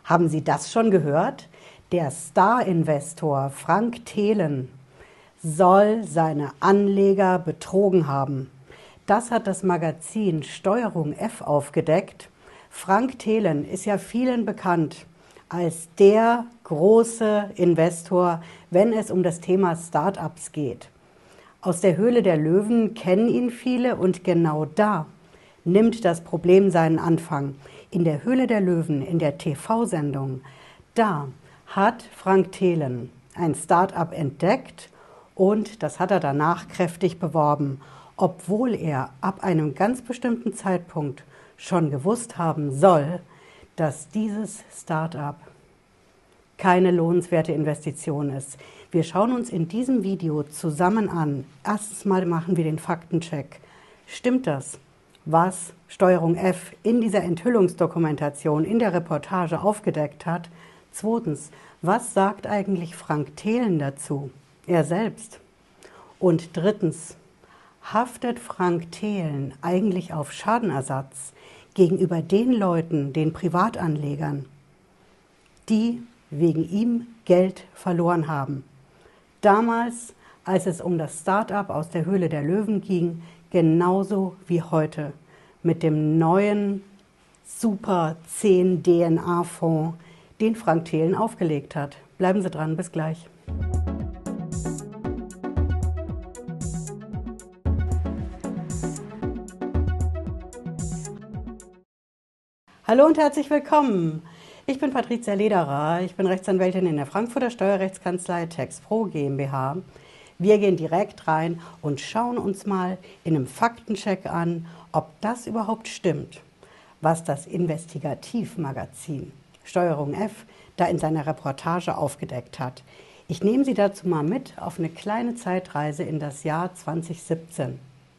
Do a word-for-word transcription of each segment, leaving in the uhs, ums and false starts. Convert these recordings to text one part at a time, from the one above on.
Haben Sie das schon gehört? Der Star-Investor Frank Thelen soll seine Anleger betrogen haben. Das hat das Magazin Steuerung F aufgedeckt. Frank Thelen ist ja vielen bekannt als der große Investor, wenn es um das Thema Start-ups geht. Aus der Höhle der Löwen kennen ihn viele und genau da nimmt das Problem seinen Anfang. In der Höhle der Löwen, in der T V-Sendung, da hat Frank Thelen ein Start-up entdeckt und das hat er danach kräftig beworben, obwohl er ab einem ganz bestimmten Zeitpunkt schon gewusst haben soll, dass dieses Start-up keine lohnenswerte Investition ist. Wir schauen uns in diesem Video zusammen an. Erstens mal machen wir den Faktencheck. Stimmt das, was Steuerung F in dieser Enthüllungsdokumentation, in der Reportage aufgedeckt hat? Zweitens, was sagt eigentlich Frank Thelen dazu? Er selbst. Und drittens, haftet Frank Thelen eigentlich auf Schadenersatz gegenüber den Leuten, den Privatanlegern, die wegen ihm Geld verloren haben? Damals, als es um das Start-up aus der Höhle der Löwen ging, genauso wie heute mit dem neuen Super zehn D N A-Fonds, den Frank Thelen aufgelegt hat. Bleiben Sie dran, bis gleich. Hallo und herzlich willkommen. Ich bin Patricia Lederer, ich bin Rechtsanwältin in der Frankfurter Steuerrechtskanzlei TaxPro GmbH. Wir gehen direkt rein und schauen uns mal in einem Faktencheck an, ob das überhaupt stimmt, was das Investigativmagazin Steuerung F da in seiner Reportage aufgedeckt hat. Ich nehme Sie dazu mal mit auf eine kleine Zeitreise in das Jahr zweitausendsiebzehn.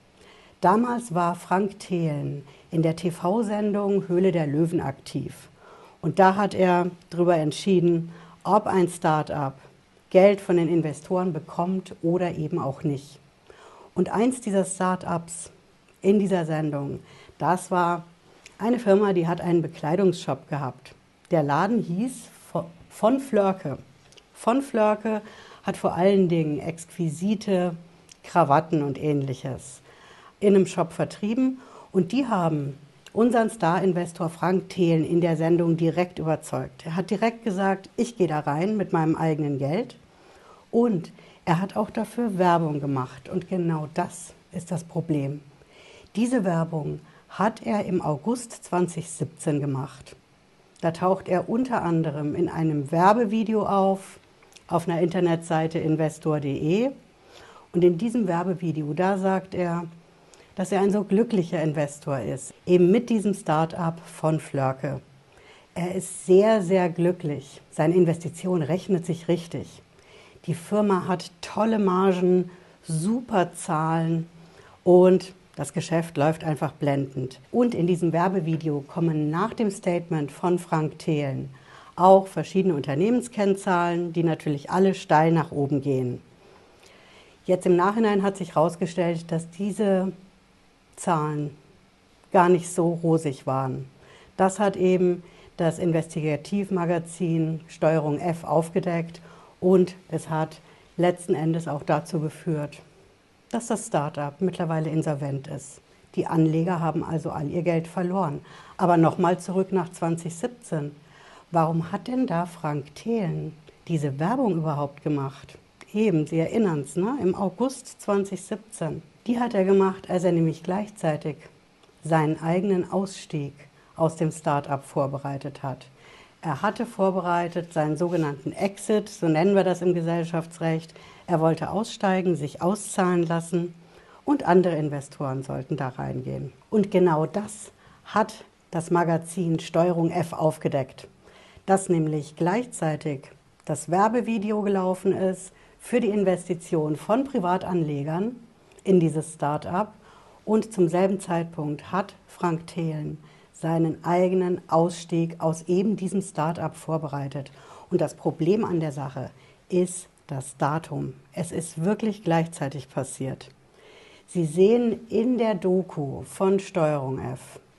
Damals war Frank Thelen in der T V-Sendung Höhle der Löwen aktiv. Und da hat er darüber entschieden, ob ein Start-up Geld von den Investoren bekommt oder eben auch nicht. Und eins dieser Start-ups in dieser Sendung, das war eine Firma, die hat einen Bekleidungsshop gehabt. Der Laden hieß von Flörke. Von Flörke hat vor allen Dingen exquisite Krawatten und Ähnliches in einem Shop vertrieben und die haben unseren Star-Investor Frank Thelen in der Sendung direkt überzeugt. Er hat direkt gesagt, ich gehe da rein mit meinem eigenen Geld und er hat auch dafür Werbung gemacht und genau das ist das Problem. Diese Werbung hat er im August zweitausendsiebzehn gemacht. Da taucht er unter anderem in einem Werbevideo auf, auf einer Internetseite investor punkt de und in diesem Werbevideo, da sagt er, dass er ein so glücklicher Investor ist, eben mit diesem Start-up von Flörke. Er ist sehr, sehr glücklich. Seine Investition rechnet sich richtig. Die Firma hat tolle Margen, super Zahlen und das Geschäft läuft einfach blendend. Und in diesem Werbevideo kommen nach dem Statement von Frank Thelen auch verschiedene Unternehmenskennzahlen, die natürlich alle steil nach oben gehen. Jetzt im Nachhinein hat sich herausgestellt, dass diese Zahlen gar nicht so rosig waren. Das hat eben das Investigativmagazin Steuerung F aufgedeckt und es hat letzten Endes auch dazu geführt, dass das Start-up mittlerweile insolvent ist. Die Anleger haben also all ihr Geld verloren. Aber nochmal zurück nach zweitausendsiebzehn. Warum hat denn da Frank Thelen diese Werbung überhaupt gemacht? Eben, Sie erinnern es, ne? Im August zweitausendsiebzehn. Die hat er gemacht, als er nämlich gleichzeitig seinen eigenen Ausstieg aus dem Start-up vorbereitet hat. Er hatte vorbereitet seinen sogenannten Exit, so nennen wir das im Gesellschaftsrecht. Er wollte aussteigen, sich auszahlen lassen und andere Investoren sollten da reingehen. Und genau das hat das Magazin Steuerung F aufgedeckt, dass nämlich gleichzeitig das Werbevideo gelaufen ist für die Investition von Privatanlegern in dieses Start-up und zum selben Zeitpunkt hat Frank Thelen seinen eigenen Ausstieg aus eben diesem Start-up vorbereitet. Und das Problem an der Sache ist das Datum. Es ist wirklich gleichzeitig passiert. Sie sehen in der Doku von Steuerung F,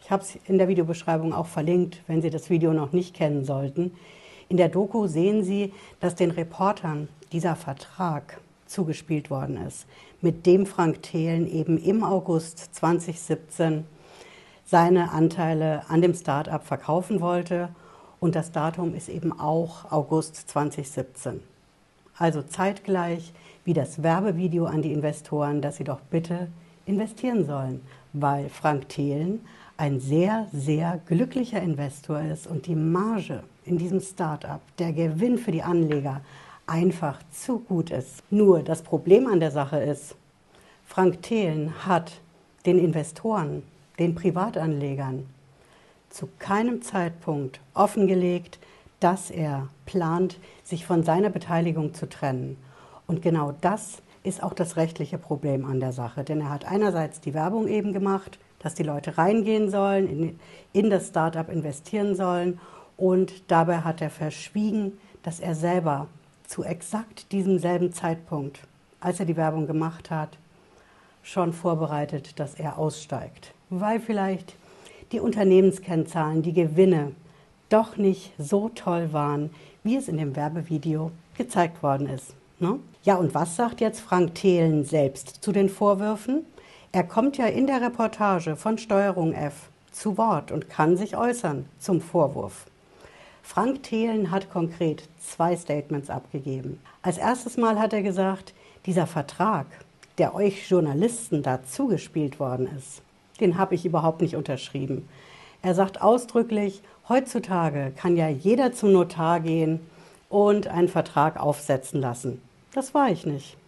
Ich habe es in der Videobeschreibung auch verlinkt, wenn Sie das Video noch nicht kennen sollten. In der Doku sehen Sie, dass den Reportern dieser Vertrag zugespielt worden ist, mit dem Frank Thelen eben im August zweitausendsiebzehn seine Anteile an dem Start-up verkaufen wollte. Und das Datum ist eben auch August zweitausendsiebzehn. Also zeitgleich wie das Werbevideo an die Investoren, dass sie doch bitte investieren sollen, weil Frank Thelen ein sehr, sehr glücklicher Investor ist und die Marge in diesem Start-up, der Gewinn für die Anleger, einfach zu gut ist. Nur das Problem an der Sache ist, Frank Thelen hat den Investoren, den Privatanlegern, zu keinem Zeitpunkt offengelegt, dass er plant, sich von seiner Beteiligung zu trennen. Und genau das ist auch das rechtliche Problem an der Sache. Denn er hat einerseits die Werbung eben gemacht, dass die Leute reingehen sollen, in, in das Start-up investieren sollen. Und dabei hat er verschwiegen, dass er selber zu exakt diesem selben Zeitpunkt, als er die Werbung gemacht hat, schon vorbereitet, dass er aussteigt. Weil vielleicht die Unternehmenskennzahlen, die Gewinne doch nicht so toll waren, wie es in dem Werbevideo gezeigt worden ist. Ne? Ja, und was sagt jetzt Frank Thelen selbst zu den Vorwürfen? Er kommt ja in der Reportage von Steuerung F zu Wort und kann sich äußern zum Vorwurf. Frank Thelen hat konkret zwei Statements abgegeben. Als erstes Mal hat er gesagt, dieser Vertrag, der euch Journalisten da zugespielt worden ist, den habe ich überhaupt nicht unterschrieben. Er sagt ausdrücklich, heutzutage kann ja jeder zum Notar gehen und einen Vertrag aufsetzen lassen. Das war ich nicht.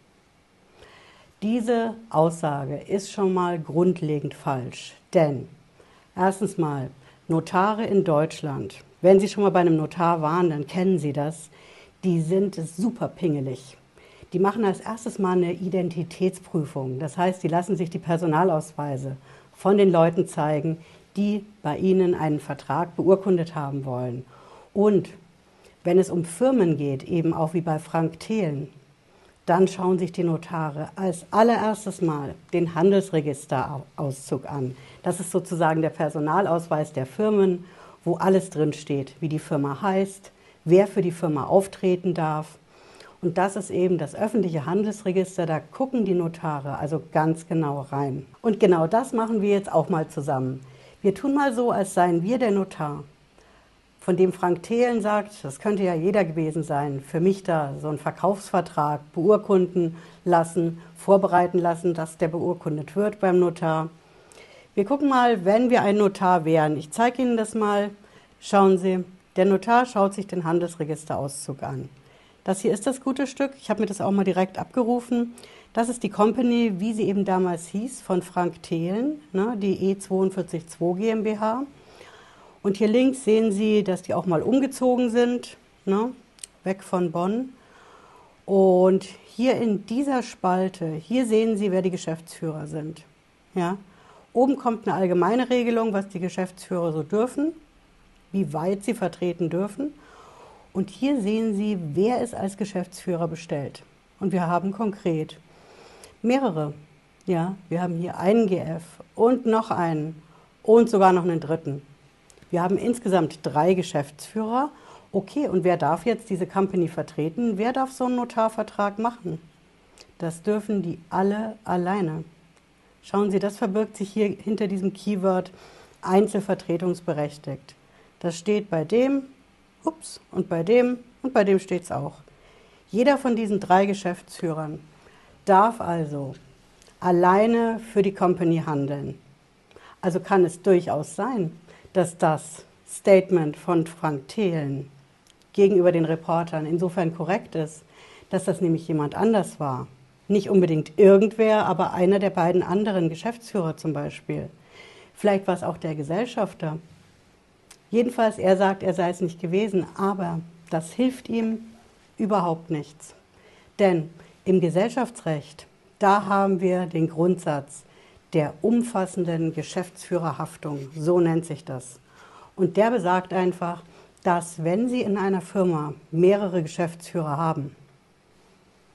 Diese Aussage ist schon mal grundlegend falsch, denn erstens mal, Notare in Deutschland, wenn Sie schon mal bei einem Notar waren, dann kennen Sie das, die sind super pingelig. Die machen als erstes mal eine Identitätsprüfung, das heißt, die lassen sich die Personalausweise von den Leuten zeigen, die bei ihnen einen Vertrag beurkundet haben wollen. Und wenn es um Firmen geht, eben auch wie bei Frank Thelen, dann schauen sich die Notare als allererstes Mal den Handelsregisterauszug an. Das ist sozusagen der Personalausweis der Firmen, wo alles drin steht, wie die Firma heißt, wer für die Firma auftreten darf. Und das ist eben das öffentliche Handelsregister, da gucken die Notare also ganz genau rein. Und genau das machen wir jetzt auch mal zusammen. Wir tun mal so, als seien wir der Notar, von dem Frank Thelen sagt, das könnte ja jeder gewesen sein, für mich da so einen Verkaufsvertrag beurkunden lassen, vorbereiten lassen, dass der beurkundet wird beim Notar. Wir gucken mal, wenn wir ein Notar wären. Ich zeige Ihnen das mal. Schauen Sie, der Notar schaut sich den Handelsregisterauszug an. Das hier ist das gute Stück. Ich habe mir das auch mal direkt abgerufen. Das ist die Company, wie sie eben damals hieß, von Frank Thelen, ne, die E vier zwei zwei GmbH. Und hier links sehen Sie, dass die auch mal umgezogen sind, ne, weg von Bonn. Und hier in dieser Spalte, hier sehen Sie, wer die Geschäftsführer sind. Ja. Oben kommt eine allgemeine Regelung, was die Geschäftsführer so dürfen, wie weit sie vertreten dürfen. Und hier sehen Sie, wer es als Geschäftsführer bestellt. Und wir haben konkret mehrere. Ja, wir haben hier einen G F und noch einen und sogar noch einen dritten. Wir haben insgesamt drei Geschäftsführer. Okay, und wer darf jetzt diese Company vertreten? Wer darf so einen Notarvertrag machen? Das dürfen die alle alleine. Schauen Sie, das verbirgt sich hier hinter diesem Keyword einzelvertretungsberechtigt. Das steht bei dem, ups, und bei dem und bei dem steht es auch. Jeder von diesen drei Geschäftsführern darf also alleine für die Company handeln. Also kann es durchaus sein, dass das Statement von Frank Thelen gegenüber den Reportern insofern korrekt ist, dass das nämlich jemand anders war. Nicht unbedingt irgendwer, aber einer der beiden anderen Geschäftsführer zum Beispiel. Vielleicht war es auch der Gesellschafter. Jedenfalls, er sagt, er sei es nicht gewesen, aber das hilft ihm überhaupt nichts. Denn im Gesellschaftsrecht, da haben wir den Grundsatz der umfassenden Geschäftsführerhaftung, so nennt sich das. Und der besagt einfach, dass wenn Sie in einer Firma mehrere Geschäftsführer haben,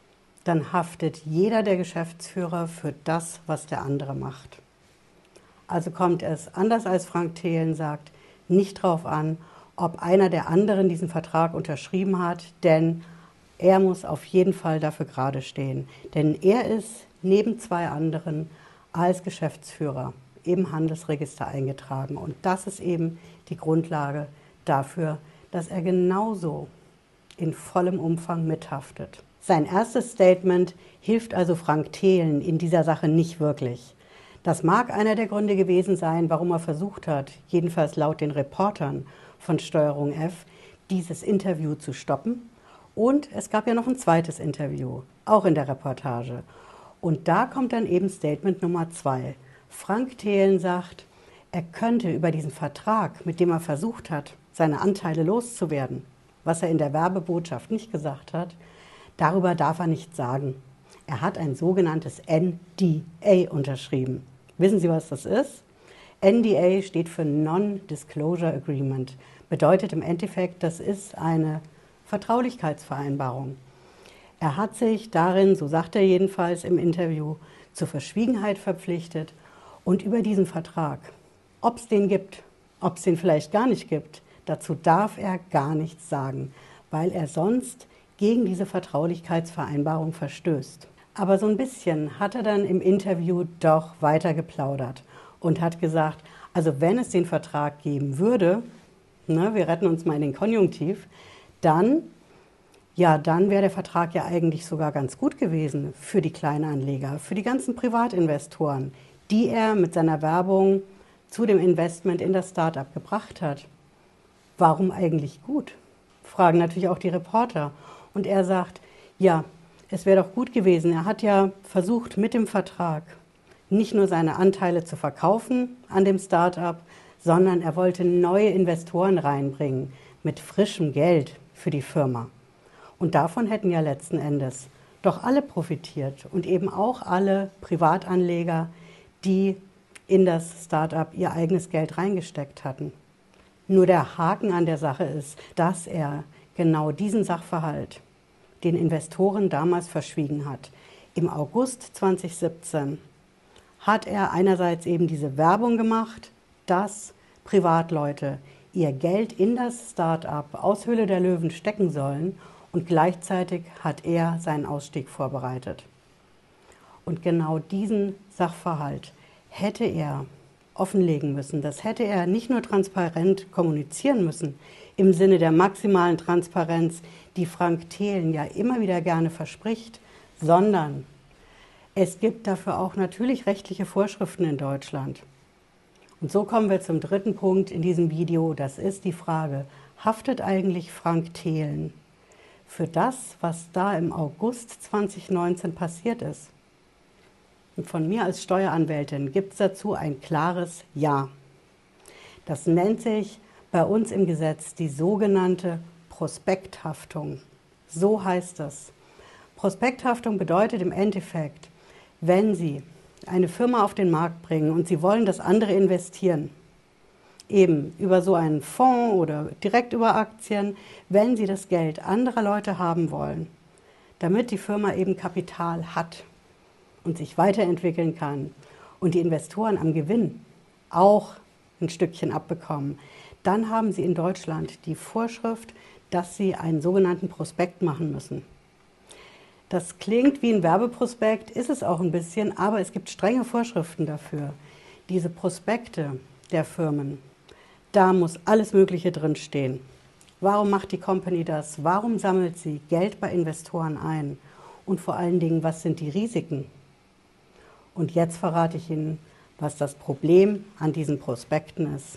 dann haftet jeder der Geschäftsführer für das, was der andere macht. Also kommt es, anders als Frank Thelen sagt, nicht darauf an, ob einer der anderen diesen Vertrag unterschrieben hat, denn er muss auf jeden Fall dafür gerade stehen. Denn er ist neben zwei anderen als Geschäftsführer im Handelsregister eingetragen. Und das ist eben die Grundlage dafür, dass er genauso in vollem Umfang mithaftet. Sein erstes Statement hilft also Frank Thelen in dieser Sache nicht wirklich. Das mag einer der Gründe gewesen sein, warum er versucht hat, jedenfalls laut den Reportern von Steuerung F, dieses Interview zu stoppen. Und es gab ja noch ein zweites Interview, auch in der Reportage. Und da kommt dann eben Statement Nummer zwei. Frank Thelen sagt, er könnte über diesen Vertrag, mit dem er versucht hat, seine Anteile loszuwerden, was er in der Werbebotschaft nicht gesagt hat, darüber darf er nichts sagen. Er hat ein sogenanntes N D A unterschrieben. Wissen Sie, was das ist? N D A steht für Non-Disclosure Agreement. Bedeutet im Endeffekt, das ist eine Vertraulichkeitsvereinbarung. Er hat sich darin, so sagt er jedenfalls im Interview, zur Verschwiegenheit verpflichtet und über diesen Vertrag, ob es den gibt, ob es den vielleicht gar nicht gibt, dazu darf er gar nichts sagen, weil er sonst gegen diese Vertraulichkeitsvereinbarung verstößt. Aber so ein bisschen hat er dann im Interview doch weiter geplaudert und hat gesagt, also wenn es den Vertrag geben würde, ne, wir retten uns mal in den Konjunktiv, dann, ja, dann wäre der Vertrag ja eigentlich sogar ganz gut gewesen für die Kleinanleger, für die ganzen Privatinvestoren, die er mit seiner Werbung zu dem Investment in das Start-up gebracht hat. Warum eigentlich gut? Fragen natürlich auch die Reporter. Und er sagt, ja, es wäre doch gut gewesen. Er hat ja versucht, mit dem Vertrag nicht nur seine Anteile zu verkaufen an dem Start-up, sondern er wollte neue Investoren reinbringen mit frischem Geld für die Firma. Und davon hätten ja letzten Endes doch alle profitiert und eben auch alle Privatanleger, die in das Start-up ihr eigenes Geld reingesteckt hatten. Nur der Haken an der Sache ist, dass er genau diesen Sachverhalt den Investoren damals verschwiegen hat. Im August zweitausendsiebzehn hat er einerseits eben diese Werbung gemacht, dass Privatleute ihr Geld in das Start-up aus Höhle der Löwen stecken sollen und gleichzeitig hat er seinen Ausstieg vorbereitet. Und genau diesen Sachverhalt hätte er offenlegen müssen. Das hätte er nicht nur transparent kommunizieren müssen, im Sinne der maximalen Transparenz, die Frank Thelen ja immer wieder gerne verspricht, sondern es gibt dafür auch natürlich rechtliche Vorschriften in Deutschland. Und so kommen wir zum dritten Punkt in diesem Video. Das ist die Frage, haftet eigentlich Frank Thelen für das, was da im August zweitausendneunzehn passiert ist? Und von mir als Steueranwältin gibt es dazu ein klares Ja. Das nennt sich bei uns im Gesetz die sogenannte Prospekthaftung. So heißt das. Prospekthaftung bedeutet im Endeffekt, wenn Sie eine Firma auf den Markt bringen und Sie wollen, dass andere investieren, eben über so einen Fonds oder direkt über Aktien, wenn Sie das Geld anderer Leute haben wollen, damit die Firma eben Kapital hat und sich weiterentwickeln kann und die Investoren am Gewinn auch ein Stückchen abbekommen, dann haben Sie in Deutschland die Vorschrift, dass Sie einen sogenannten Prospekt machen müssen. Das klingt wie ein Werbeprospekt, ist es auch ein bisschen, aber es gibt strenge Vorschriften dafür. Diese Prospekte der Firmen, da muss alles Mögliche drinstehen. Warum macht die Company das? Warum sammelt sie Geld bei Investoren ein? Und vor allen Dingen, was sind die Risiken? Und jetzt verrate ich Ihnen, was das Problem an diesen Prospekten ist.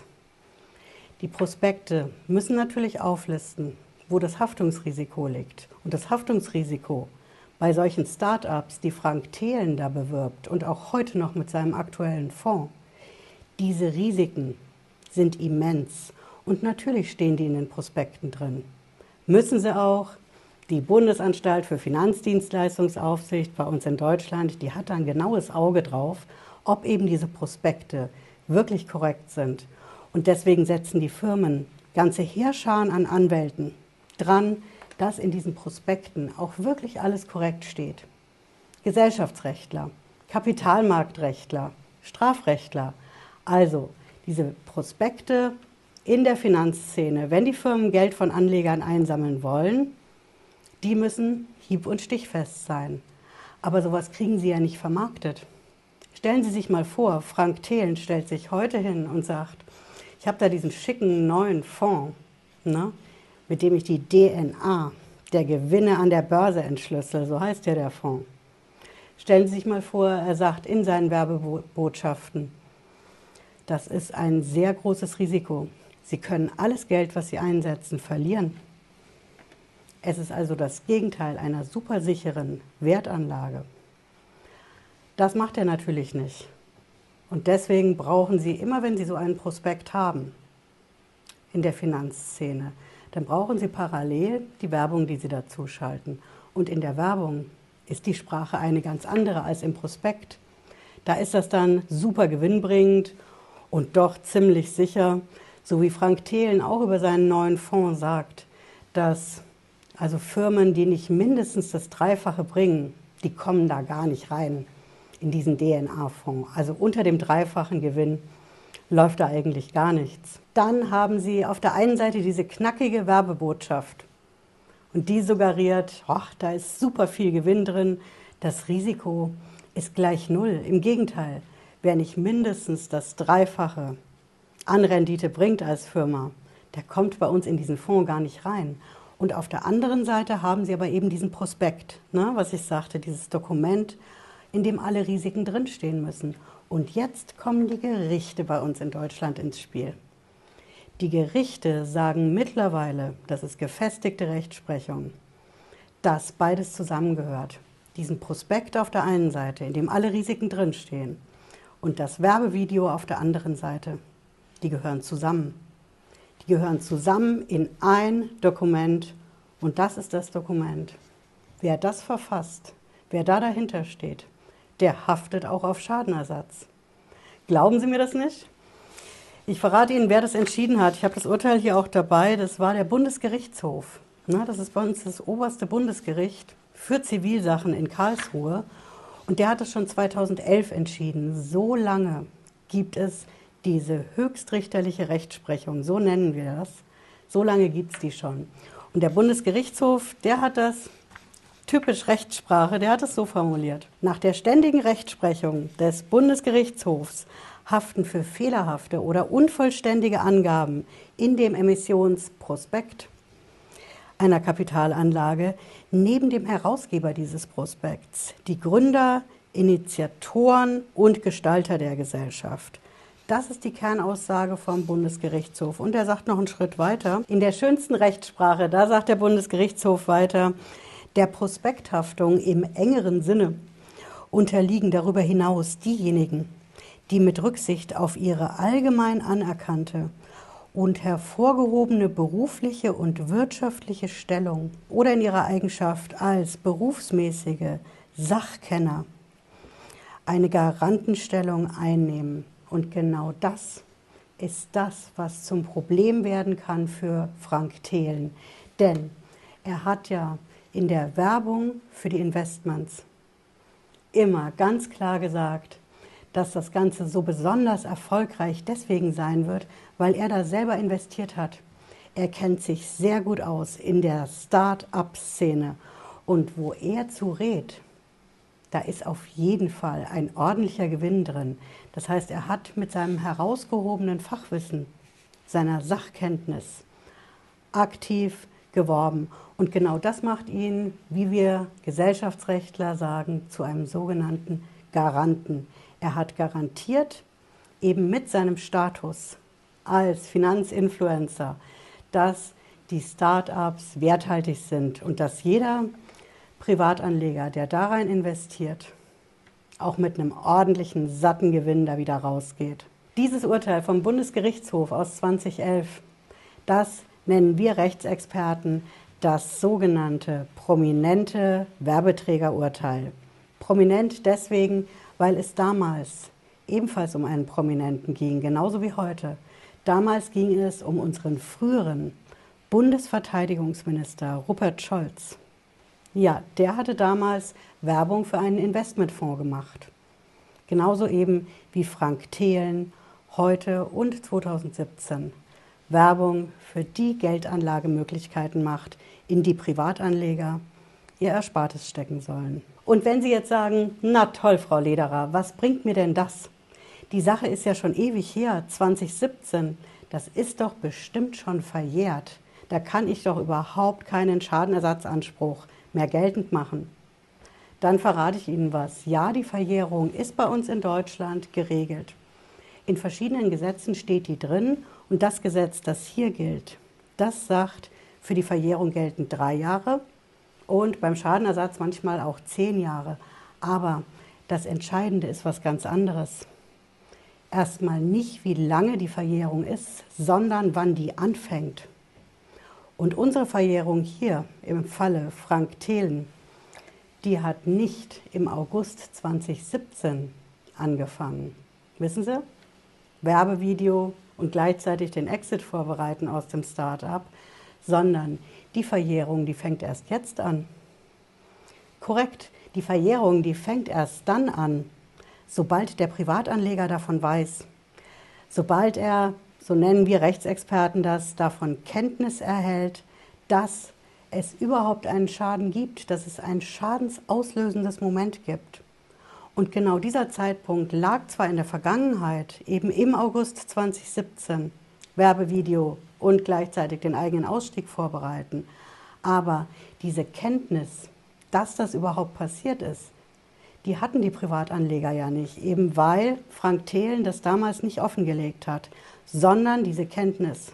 Die Prospekte müssen natürlich auflisten, wo das Haftungsrisiko liegt. Und das Haftungsrisiko bei solchen Start-ups, die Frank Thelen da bewirbt und auch heute noch mit seinem aktuellen Fonds, diese Risiken sind immens. Und natürlich stehen die in den Prospekten drin. Müssen sie auch. Die Bundesanstalt für Finanzdienstleistungsaufsicht bei uns in Deutschland, die hat da ein genaues Auge drauf, ob eben diese Prospekte wirklich korrekt sind. Und deswegen setzen die Firmen ganze Heerscharen an Anwälten dran, dass in diesen Prospekten auch wirklich alles korrekt steht. Gesellschaftsrechtler, Kapitalmarktrechtler, Strafrechtler, Also, diese Prospekte in der Finanzszene, wenn die Firmen Geld von Anlegern einsammeln wollen, die müssen hieb- und stichfest sein. Aber sowas kriegen sie ja nicht vermarktet. Stellen Sie sich mal vor, Frank Thelen stellt sich heute hin und sagt, ich habe da diesen schicken neuen Fonds, ne, mit dem ich die D N A der Gewinne an der Börse entschlüssel, so heißt ja der Fonds. Stellen Sie sich mal vor, er sagt in seinen Werbebotschaften, das ist ein sehr großes Risiko. Sie können alles Geld, was Sie einsetzen, verlieren. Es ist also das Gegenteil einer supersicheren Wertanlage. Das macht er natürlich nicht. Und deswegen brauchen Sie, immer wenn Sie so einen Prospekt haben in der Finanzszene, dann brauchen Sie parallel die Werbung, die Sie dazu schalten. Und in der Werbung ist die Sprache eine ganz andere als im Prospekt. Da ist das dann super gewinnbringend und doch ziemlich sicher, so wie Frank Thelen auch über seinen neuen Fonds sagt, dass also Firmen, die nicht mindestens das Dreifache bringen, die kommen da gar nicht rein in diesen D N A-Fonds. Also unter dem dreifachen Gewinn läuft da eigentlich gar nichts. Dann haben Sie auf der einen Seite diese knackige Werbebotschaft und die suggeriert, ach, da ist super viel Gewinn drin, das Risiko ist gleich null. Im Gegenteil, wer nicht mindestens das Dreifache an Rendite bringt als Firma, der kommt bei uns in diesen Fonds gar nicht rein. Und auf der anderen Seite haben Sie aber eben diesen Prospekt, ne, was ich sagte, dieses Dokument, in dem alle Risiken drinstehen müssen. Und jetzt kommen die Gerichte bei uns in Deutschland ins Spiel. Die Gerichte sagen mittlerweile, das ist gefestigte Rechtsprechung, dass beides zusammengehört. Diesen Prospekt auf der einen Seite, in dem alle Risiken drinstehen, und das Werbevideo auf der anderen Seite, die gehören zusammen. Die gehören zusammen in ein Dokument und das ist das Dokument. Wer das verfasst, wer da dahinter steht, der haftet auch auf Schadenersatz. Glauben Sie mir das nicht? Ich verrate Ihnen, wer das entschieden hat. Ich habe das Urteil hier auch dabei. Das war der Bundesgerichtshof. Na, das ist bei uns das oberste Bundesgericht für Zivilsachen in Karlsruhe. Und der hat es schon zweitausendelf entschieden. So lange gibt es diese höchstrichterliche Rechtsprechung, so nennen wir das. So lange gibt es die schon. Und der Bundesgerichtshof, der hat das, typisch Rechtssprache, der hat es so formuliert. Nach der ständigen Rechtsprechung des Bundesgerichtshofs haften für fehlerhafte oder unvollständige Angaben in dem Emissionsprospekt einer Kapitalanlage neben dem Herausgeber dieses Prospekts die Gründer, Initiatoren und Gestalter der Gesellschaft. Das ist die Kernaussage vom Bundesgerichtshof. Und er sagt noch einen Schritt weiter. In der schönsten Rechtssprache, da sagt der Bundesgerichtshof weiter, der Prospekthaftung im engeren Sinne unterliegen darüber hinaus diejenigen, die mit Rücksicht auf ihre allgemein anerkannte und hervorgehobene berufliche und wirtschaftliche Stellung oder in ihrer Eigenschaft als berufsmäßige Sachkenner eine Garantenstellung einnehmen. Und genau das ist das, was zum Problem werden kann für Frank Thelen. Denn er hat ja in der Werbung für die Investments immer ganz klar gesagt, dass das Ganze so besonders erfolgreich deswegen sein wird, weil er da selber investiert hat. Er kennt sich sehr gut aus in der Start-up-Szene. Und wo er zu rät, da ist auf jeden Fall ein ordentlicher Gewinn drin. Das heißt, er hat mit seinem herausgehobenen Fachwissen, seiner Sachkenntnis aktiv geworben. Und genau das macht ihn, wie wir Gesellschaftsrechtler sagen, zu einem sogenannten Garanten. Er hat garantiert, eben mit seinem Status als Finanzinfluencer, dass die Start-ups werthaltig sind und dass jeder Privatanleger, der da rein investiert, auch mit einem ordentlichen, satten Gewinn da wieder rausgeht. Dieses Urteil vom Bundesgerichtshof aus zweitausendelf, das nennen wir Rechtsexperten das sogenannte prominente Werbeträgerurteil. Prominent deswegen, weil es damals ebenfalls um einen Prominenten ging, genauso wie heute. Damals ging es um unseren früheren Bundesverteidigungsminister Rupert Scholz. Ja, der hatte damals Werbung für einen Investmentfonds gemacht. Genauso eben wie Frank Thelen heute und zweitausendsiebzehn Werbung für die Geldanlagemöglichkeiten macht, in die Privatanleger ihr Erspartes stecken sollen. Und wenn Sie jetzt sagen, na toll, Frau Lederer, was bringt mir denn das? Die Sache ist ja schon ewig her, zweitausendsiebzehn, das ist doch bestimmt schon verjährt. Da kann ich doch überhaupt keinen Schadenersatzanspruch mehr geltend machen. Dann verrate ich Ihnen was. Ja, die Verjährung ist bei uns in Deutschland geregelt. In verschiedenen Gesetzen steht die drin und das Gesetz, das hier gilt, das sagt, für die Verjährung gelten drei Jahre und beim Schadenersatz manchmal auch zehn Jahre. Aber das Entscheidende ist was ganz anderes. Erstmal nicht, wie lange die Verjährung ist, sondern wann die anfängt. Und unsere Verjährung hier im Falle Frank Thelen, die hat nicht im August zweitausendsiebzehn angefangen. Wissen Sie? Werbevideo und gleichzeitig den Exit vorbereiten aus dem Start-up, sondern die Verjährung, die fängt erst jetzt an. Korrekt, die Verjährung, die fängt erst dann an, sobald der Privatanleger davon weiß, sobald er, so nennen wir Rechtsexperten das, davon Kenntnis erhält, dass es überhaupt einen Schaden gibt, dass es ein schadensauslösendes Moment gibt. Und genau dieser Zeitpunkt lag zwar in der Vergangenheit, eben im August zweitausendsiebzehn, Werbevideo und gleichzeitig den eigenen Ausstieg vorbereiten, aber diese Kenntnis, dass das überhaupt passiert ist, die hatten die Privatanleger ja nicht, eben weil Frank Thelen das damals nicht offengelegt hat, sondern diese Kenntnis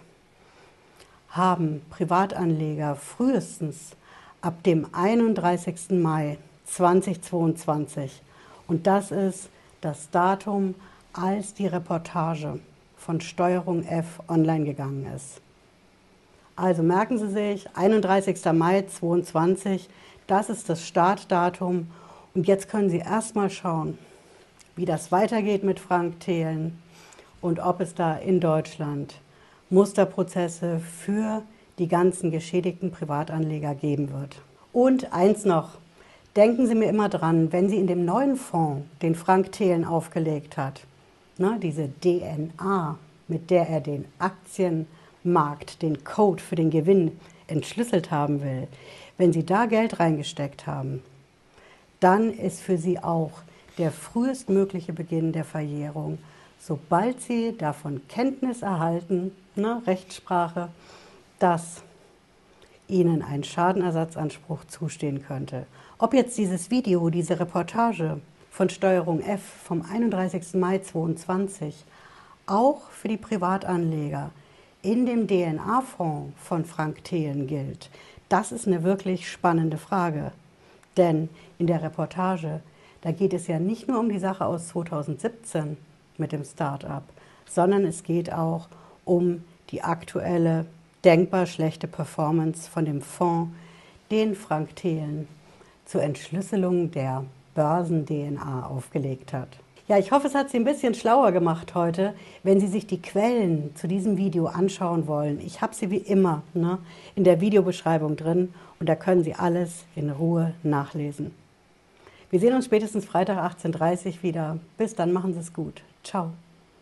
haben Privatanleger frühestens ab dem einunddreißigsten Mai zweitausendzweiundzwanzig. Und das ist das Datum, als die Reportage von Steuerung F online gegangen ist. Also merken Sie sich, einunddreißigster Mai zweitausendzweiundzwanzig, das ist das Startdatum. Und jetzt können Sie erstmal schauen, wie das weitergeht mit Frank Thelen und ob es da in Deutschland Musterprozesse für die ganzen geschädigten Privatanleger geben wird. Und eins noch, denken Sie mir immer dran, wenn Sie in dem neuen Fonds, den Frank Thelen aufgelegt hat, ne, diese D N A, mit der er den Aktienmarkt, den Code für den Gewinn entschlüsselt haben will, wenn Sie da Geld reingesteckt haben, dann ist für Sie auch der frühestmögliche Beginn der Verjährung, sobald Sie davon Kenntnis erhalten, ne, Rechtssprache, dass Ihnen ein Schadenersatzanspruch zustehen könnte. Ob jetzt dieses Video, diese Reportage von Steuerung F vom einunddreißigsten Mai zweitausendzweiundzwanzig auch für die Privatanleger in dem D N A-Fonds von Frank Thelen gilt, das ist eine wirklich spannende Frage. Denn in der Reportage, da geht es ja nicht nur um die Sache aus zweitausendsiebzehn mit dem Start-up, sondern es geht auch um die aktuelle, denkbar schlechte Performance von dem Fonds, den Frank Thelen zur Entschlüsselung der Börsen-D N A aufgelegt hat. Ja, ich hoffe, es hat Sie ein bisschen schlauer gemacht heute, wenn Sie sich die Quellen zu diesem Video anschauen wollen. Ich habe sie wie immer ne, in der Videobeschreibung drin und da können Sie alles in Ruhe nachlesen. Wir sehen uns spätestens Freitag achtzehn Uhr dreißig wieder. Bis dann, machen Sie es gut. Ciao.